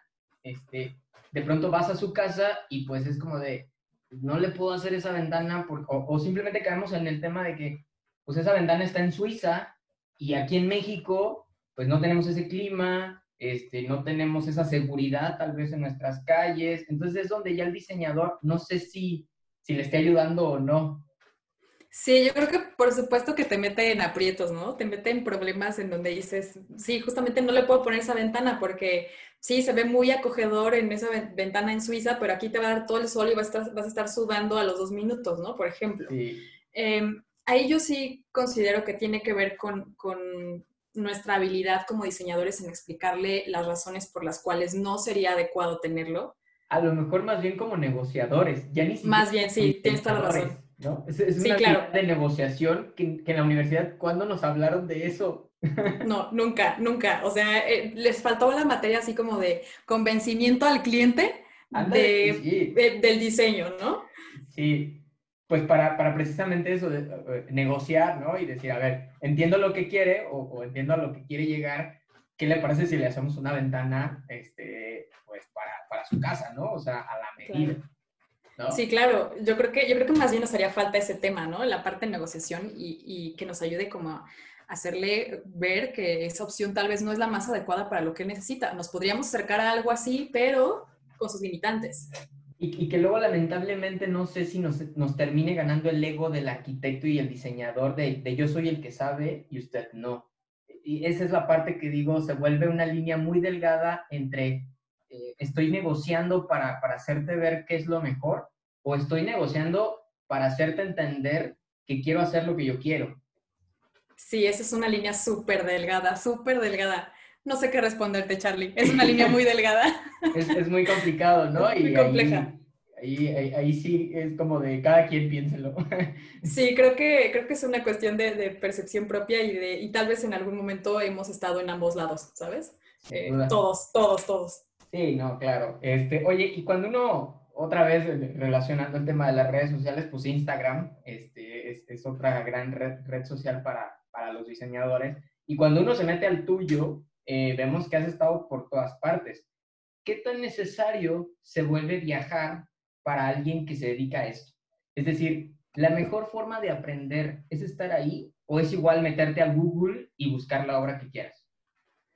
de pronto vas a su casa y pues es como de, no le puedo hacer esa ventana, o simplemente caemos en el tema de que, pues esa ventana está en Suiza y aquí en México, pues no tenemos ese clima, no tenemos esa seguridad tal vez en nuestras calles, entonces es donde ya el diseñador, no sé si le esté ayudando o no. Sí, yo creo que por supuesto que te mete en aprietos, ¿no? Te mete en problemas en donde dices, sí, justamente no le puedo poner esa ventana porque sí, se ve muy acogedor en esa ventana en Suiza, pero aquí te va a dar todo el sol y vas a estar sudando a los 2 minutos, ¿no? Por ejemplo. Sí. Ahí yo sí considero que tiene que ver con nuestra habilidad como diseñadores en explicarle las razones por las cuales no sería adecuado tenerlo. A lo mejor más bien como negociadores, ya ni siquiera Más bien, como sí, tienes toda la diseñadores, razón. ¿no? Es una Sí, claro. habilidad de negociación que en la universidad, ¿cuándo nos hablaron de eso? No, nunca, nunca. O sea, les faltó la materia así como de convencimiento al cliente Ándale, sí, del diseño, ¿no? sí. Pues para precisamente eso, de, negociar, ¿no? Y decir, a ver, entiendo lo que quiere o entiendo a lo que quiere llegar, ¿qué le parece si le hacemos una ventana, pues para su casa, ¿no? O sea, a la medida, Claro. Sí, ¿no? claro. Yo creo que más bien nos haría falta ese tema, ¿no? La parte de negociación y que nos ayude como a hacerle ver que esa opción tal vez no es la más adecuada para lo que él necesita. Nos podríamos acercar a algo así, pero con sus limitantes. Y que luego lamentablemente no sé si nos termine ganando el ego del arquitecto y el diseñador de yo soy el que sabe y usted no. Y esa es la parte que digo, se vuelve una línea muy delgada entre estoy negociando para hacerte ver qué es lo mejor o estoy negociando para hacerte entender que quiero hacer lo que yo quiero. Sí, esa es una línea súper delgada, súper delgada. No sé qué responderte, Charlie. Es una línea muy delgada. Es muy complicado, Es ¿no? muy Y compleja. ahí sí es como de cada quien piénselo. Sí, creo que es una cuestión de percepción propia y tal vez en algún momento hemos estado en ambos lados, ¿sabes? Sin duda. Todos, todos, todos. Sí, no, claro. Oye, y cuando uno, otra vez relacionando el tema de las redes sociales, pues Instagram, es otra gran red social para los diseñadores. Y cuando uno se mete al tuyo, vemos que has estado por todas partes. ¿Qué tan necesario se vuelve viajar para alguien que se dedica a esto? Es decir, ¿la mejor forma de aprender es estar ahí o es igual meterte a Google y buscar la obra que quieras?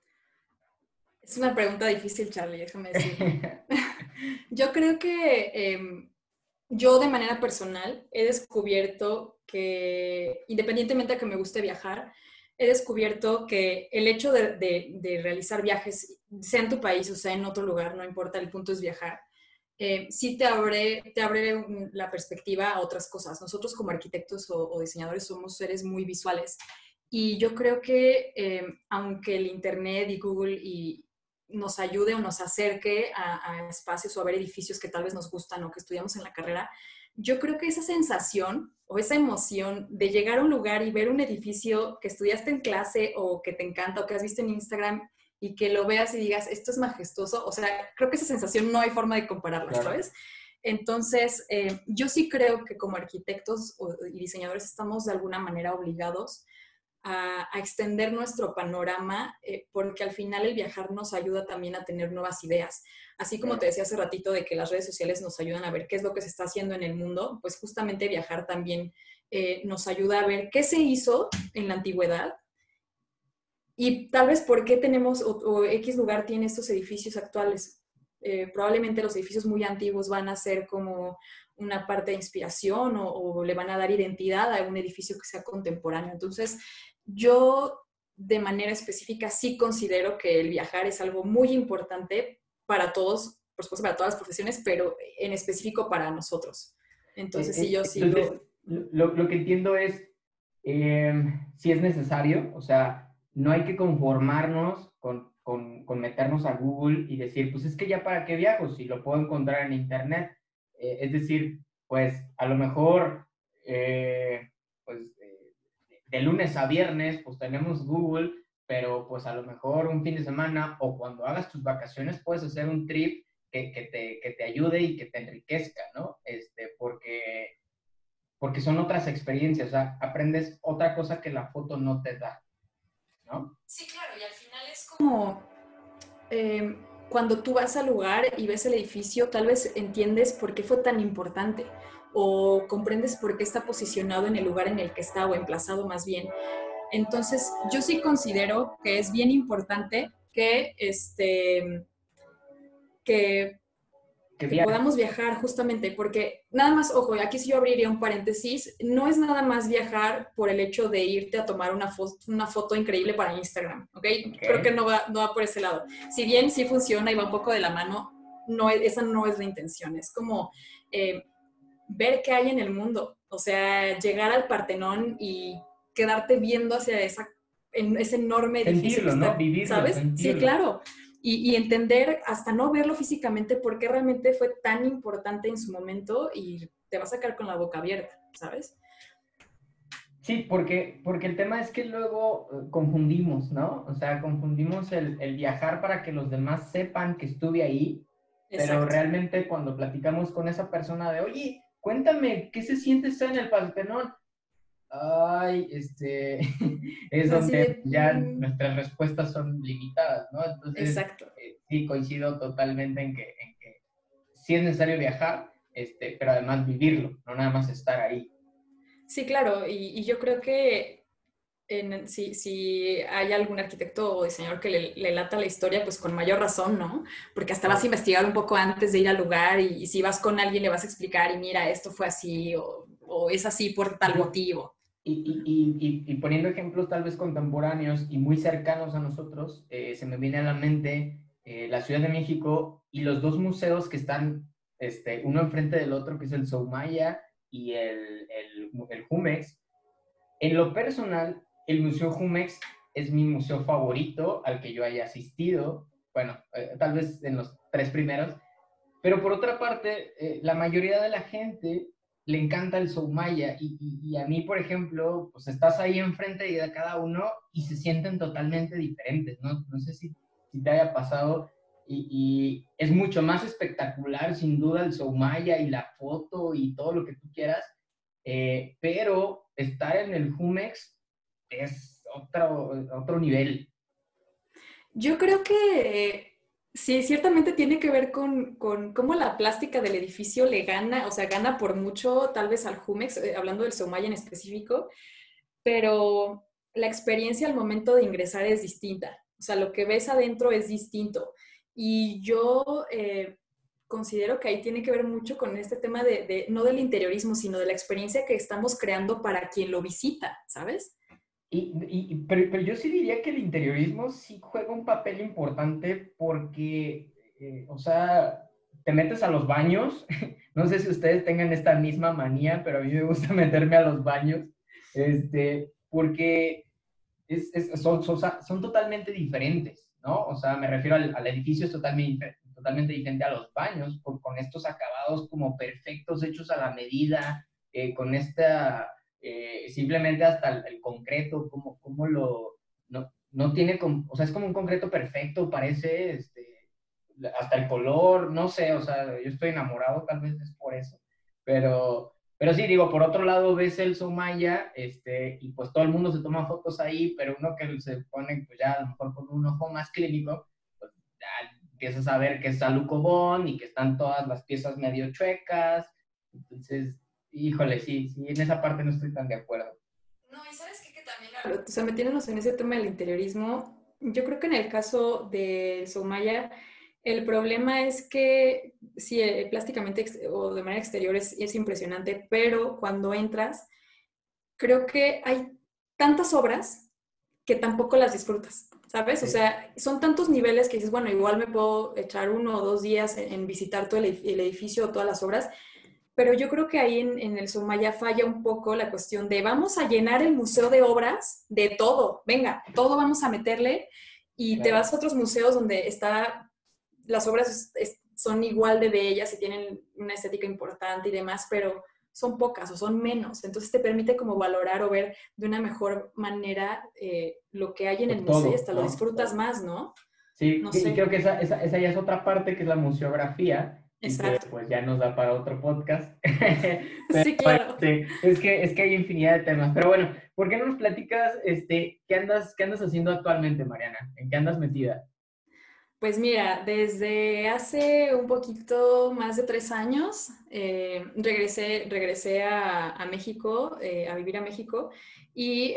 Es una pregunta difícil, Charlie, déjame decirlo. Yo creo que yo de manera personal he descubierto que, independientemente de que me guste viajar, he descubierto que el hecho de realizar viajes, sea en tu país o sea en otro lugar, no importa, el punto es viajar, sí te abre la perspectiva a otras cosas. Nosotros como arquitectos o diseñadores somos seres muy visuales y yo creo que aunque el Internet y Google nos ayude o nos acerque a espacios o a ver edificios que tal vez nos gustan o que estudiamos en la carrera, yo creo que esa sensación o esa emoción de llegar a un lugar y ver un edificio que estudiaste en clase o que te encanta o que has visto en Instagram y que lo veas y digas, esto es majestuoso, o sea, creo que esa sensación no hay forma de compararla, Claro. ¿sabes? Entonces, yo sí creo que como arquitectos y diseñadores estamos de alguna manera obligados a extender nuestro panorama, porque al final el viajar nos ayuda también a tener nuevas ideas. Así como te decía hace ratito de que las redes sociales nos ayudan a ver qué es lo que se está haciendo en el mundo, pues justamente viajar también nos ayuda a ver qué se hizo en la antigüedad y tal vez por qué tenemos o X lugar tiene estos edificios actuales. Probablemente los edificios muy antiguos van a ser como una parte de inspiración o le van a dar identidad a un edificio que sea contemporáneo. Entonces, yo de manera específica sí considero que el viajar es algo muy importante para todos, por supuesto para todas las profesiones, pero en específico para nosotros. Entonces, sí, yo sí Entonces, lo... lo que entiendo es, si es necesario, o sea, no hay que conformarnos con meternos a Google y decir, pues es que ya para qué viajo, si lo puedo encontrar en Internet. Es decir, pues a lo mejor, pues de lunes a viernes, pues tenemos Google, pero pues a lo mejor un fin de semana o cuando hagas tus vacaciones puedes hacer un trip que te ayude y que te enriquezca, ¿no? Porque son otras experiencias, o sea, aprendes otra cosa que la foto no te da, ¿no? Sí, claro, y al final es como cuando tú vas al lugar y ves el edificio, tal vez entiendes por qué fue tan importante o comprendes por qué está posicionado en el lugar en el que está o emplazado más bien. Entonces, yo sí considero que es bien importante que Que que viajes. podamos viajar justamente, porque nada más, ojo, aquí sí yo abriría un paréntesis, no es nada más viajar por el hecho de irte a tomar una foto increíble para Instagram, ¿ok? Ok. Creo que no va por ese lado. Si bien sí funciona y va un poco de la mano, esa no es la intención, es como ver qué hay en el mundo, o sea, llegar al Partenón y quedarte viendo hacia en ese enorme edificio que Sentirlo, ¿no? está, Vivirlo, ¿sabes? Sí, sentirlo. claro y entender, hasta no verlo físicamente, por qué realmente fue tan importante en su momento y te vas a sacar con la boca abierta, ¿sabes? Sí, porque el tema es que luego confundimos, ¿no? O sea, confundimos el viajar para que los demás sepan que estuve ahí, pero Exacto. realmente cuando platicamos con esa persona de, oye, cuéntame, ¿qué se siente estar en el Partenón? Ay, es Así donde de, ya nuestras respuestas son limitadas, ¿no? Entonces, exacto. sí, coincido totalmente en que sí es necesario viajar, pero además vivirlo, no nada más estar ahí. Sí, claro, y yo creo que si hay algún arquitecto o diseñador que le lata la historia, pues con mayor razón, ¿no? Porque hasta vas a Claro. investigar un poco antes de ir al lugar y si vas con alguien le vas a explicar y mira, esto fue así o es así por tal motivo. Y poniendo ejemplos tal vez contemporáneos y muy cercanos a nosotros, se me viene a la mente la Ciudad de México y los dos museos que están uno enfrente del otro, que es el Soumaya y el Jumex. En lo personal, el Museo Jumex es mi museo favorito al que yo haya asistido, bueno, tal vez en los tres primeros, pero por otra parte, la mayoría de la gente le encanta el Soumaya y a mí, por ejemplo, pues estás ahí enfrente de cada uno y se sienten totalmente diferentes, ¿no? No sé si te haya pasado y es mucho más espectacular, sin duda, el Soumaya y la foto y todo lo que tú quieras, pero estar en el Jumex es otro nivel. Yo creo que sí, ciertamente tiene que ver con cómo la plástica del edificio le gana, o sea, gana por mucho tal vez al Jumex, hablando del Soumaya en específico, pero la experiencia al momento de ingresar es distinta. O sea, lo que ves adentro es distinto. Y yo considero que ahí tiene que ver mucho con este tema no del interiorismo, sino de la experiencia que estamos creando para quien lo visita, ¿sabes? Pero yo sí diría que el interiorismo sí juega un papel importante porque, o sea, te metes a los baños, no sé si ustedes tengan esta misma manía, pero a mí me gusta meterme a los baños, porque son totalmente diferentes, ¿no? O sea, me refiero al edificio, es totalmente diferente a los baños, con estos acabados como perfectos, hechos a la medida, con esta, simplemente hasta el concreto, como no tiene, o sea, es como un concreto perfecto, parece, hasta el color, no sé, o sea, yo estoy enamorado, tal vez es por eso, pero sí, digo, por otro lado ves el Soumaya, y pues todo el mundo se toma fotos ahí, pero uno que se pone, pues ya a lo mejor con un ojo más clínico, pues ya empiezas a ver que es Salukobón y que están todas las piezas medio chuecas. Entonces, híjole, sí, en esa parte no estoy tan de acuerdo. No, y sabes qué, que también, o sea, metiéndonos en ese tema del interiorismo, yo creo que en el caso de Soumaya, el problema es que sí, plásticamente o de manera exterior es impresionante, pero cuando entras, creo que hay tantas obras que tampoco las disfrutas, ¿sabes? O Sí, sea, son tantos niveles que dices, bueno, igual me puedo echar 1 o 2 días en visitar todo el edificio o todas las obras, pero yo creo que ahí en el Sumaya falla un poco la cuestión de vamos a llenar el museo de obras de todo, venga, todo vamos a meterle y te claro. vas a otros museos donde las obras son igual de bellas y tienen una estética importante y demás, pero son pocas o son menos, entonces te permite como valorar o ver de una mejor manera lo que hay en el Pues museo y todo, hasta lo ¿no? disfrutas más, ¿no? Sí, No y sé, creo que esa ya es otra parte que es la museografía y que exacto. pues ya nos da para otro podcast. Sí, claro. Es que hay infinidad de temas. Pero bueno, ¿por qué no nos platicas qué andas haciendo actualmente, Mariana? ¿En qué andas metida? Pues mira, desde hace un poquito más de 3 años regresé a México, a vivir a México y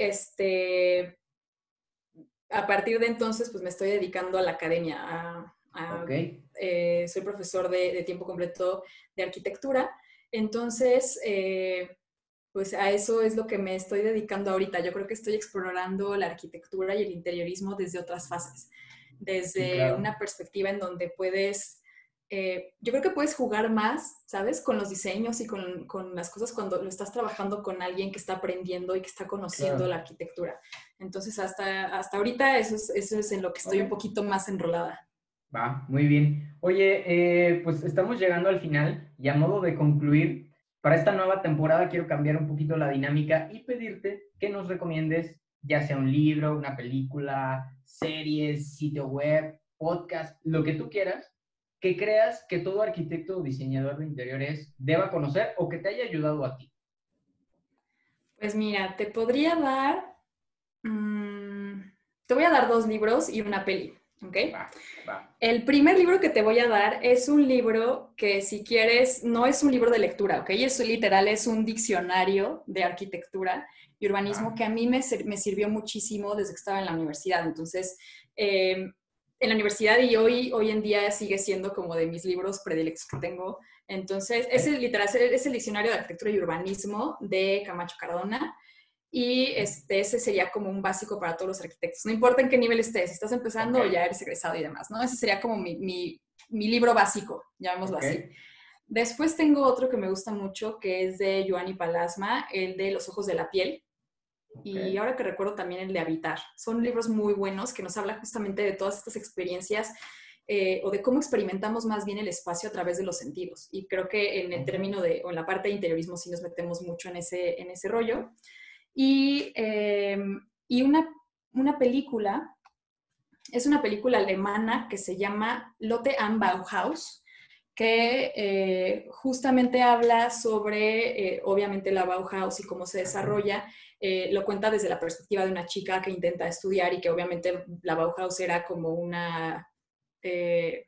a partir de entonces pues me estoy dedicando a la academia. Ok, Soy profesor de tiempo completo de arquitectura, entonces pues a eso es lo que me estoy dedicando ahorita. Yo creo que estoy explorando la arquitectura y el interiorismo desde otras fases, sí, desde claro. una perspectiva en donde yo creo que puedes jugar más, ¿sabes? Con los diseños y con las cosas cuando lo estás trabajando con alguien que está aprendiendo y que está conociendo Claro. la arquitectura. Entonces, hasta ahorita eso es en lo que estoy un Ok. poquito más enrolada. Va, muy bien. Oye, pues estamos llegando al final y a modo de concluir, para esta nueva temporada quiero cambiar un poquito la dinámica y pedirte que nos recomiendes ya sea un libro, una película, series, sitio web, podcast, lo que tú quieras, que creas que todo arquitecto o diseñador de interiores deba conocer o que te haya ayudado a ti. Pues mira, mm, te voy a dar 2 libros y una peli, ¿ok? Va, va. El primer libro que te voy a dar es un libro que si quieres, no es un libro de lectura, ¿ok? Es literal, es un diccionario de arquitectura y urbanismo Va. que a mí me sirvió muchísimo desde que estaba en la universidad. Entonces, en la universidad y hoy en día sigue siendo como de mis libros predilectos que tengo. Entonces, ese ¿Eh? literal es el diccionario de arquitectura y urbanismo de Camacho Cardona y ese sería como un básico para todos los arquitectos. No importa en qué nivel estés, si estás empezando o Ok, ya eres egresado y demás, ¿no? Ese sería como mi libro básico, llamémoslo ok, así. Después tengo otro que me gusta mucho, que es de Joanny Palasma, el de Los ojos de la piel. ok. Y ahora que recuerdo también el de Habitar. Son libros muy buenos que nos hablan justamente de todas estas experiencias o de cómo experimentamos más bien el espacio a través de los sentidos. Y creo que en el Ok. término o en la parte de interiorismo sí nos metemos mucho en ese rollo. Y, eh, y una película, es una película alemana que se llama Lotte am Bauhaus, que justamente habla sobre, obviamente, la Bauhaus y cómo se desarrolla. Lo cuenta desde la perspectiva de una chica que intenta estudiar y que obviamente la Bauhaus era como una... Eh,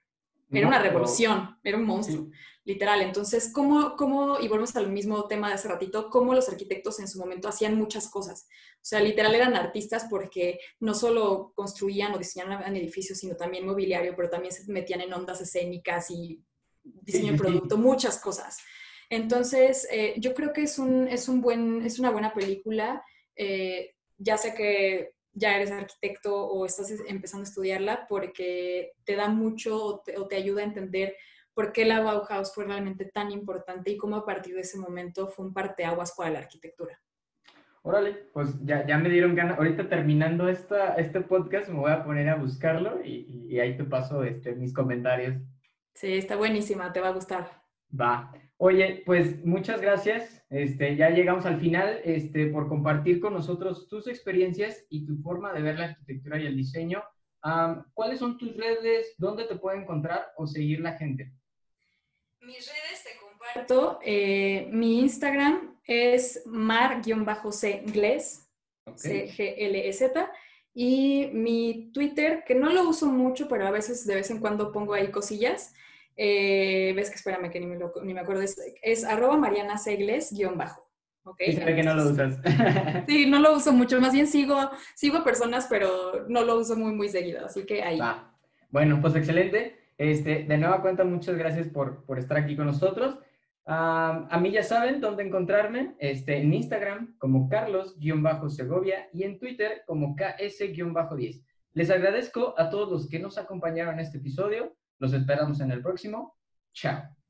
Era una No, pero revolución, era un monstruo, sí, literal. Entonces, y volvemos al mismo tema de hace ratito, cómo los arquitectos en su momento hacían muchas cosas. O sea, literal eran artistas porque no solo construían o diseñaban edificios, sino también mobiliario, pero también se metían en ondas escénicas y sí, diseño de sí, producto, sí. muchas cosas. Entonces, yo creo que es una buena película. Ya sé que ya eres arquitecto o estás empezando a estudiarla porque te da mucho o te ayuda a entender por qué la Bauhaus fue realmente tan importante y cómo a partir de ese momento fue un parteaguas para la arquitectura. Órale, pues ya me dieron ganas. Ahorita terminando este podcast me voy a poner a buscarlo y ahí te paso mis comentarios. Sí, está buenísima, te va a gustar. Va. Oye, pues muchas gracias. Ya llegamos al final, por compartir con nosotros tus experiencias y tu forma de ver la arquitectura y el diseño. ¿Cuáles son tus redes? ¿Dónde te puede encontrar o seguir la gente? Mis redes te comparto. Mi Instagram es mar-c-gles, Ok. C-G-L-E-Z. Y mi Twitter, que no lo uso mucho, pero a veces de vez en cuando pongo ahí cosillas. Ves que espérame que ni me acuerdo. Es arroba Mariana Segles guión bajo. ¿Ok? Sí se ve que no lo Entonces, usas. sí, no lo uso mucho. Más bien sigo personas, pero no lo uso muy, muy seguido. Así que ahí. Va. Bueno, pues excelente. De nueva cuenta, muchas gracias por estar aquí con nosotros. A mí ya saben dónde encontrarme, en Instagram como Carlos-Segovia y en Twitter como KS-10. Les agradezco a todos los que nos acompañaron en este episodio. Los esperamos en el próximo. Chao.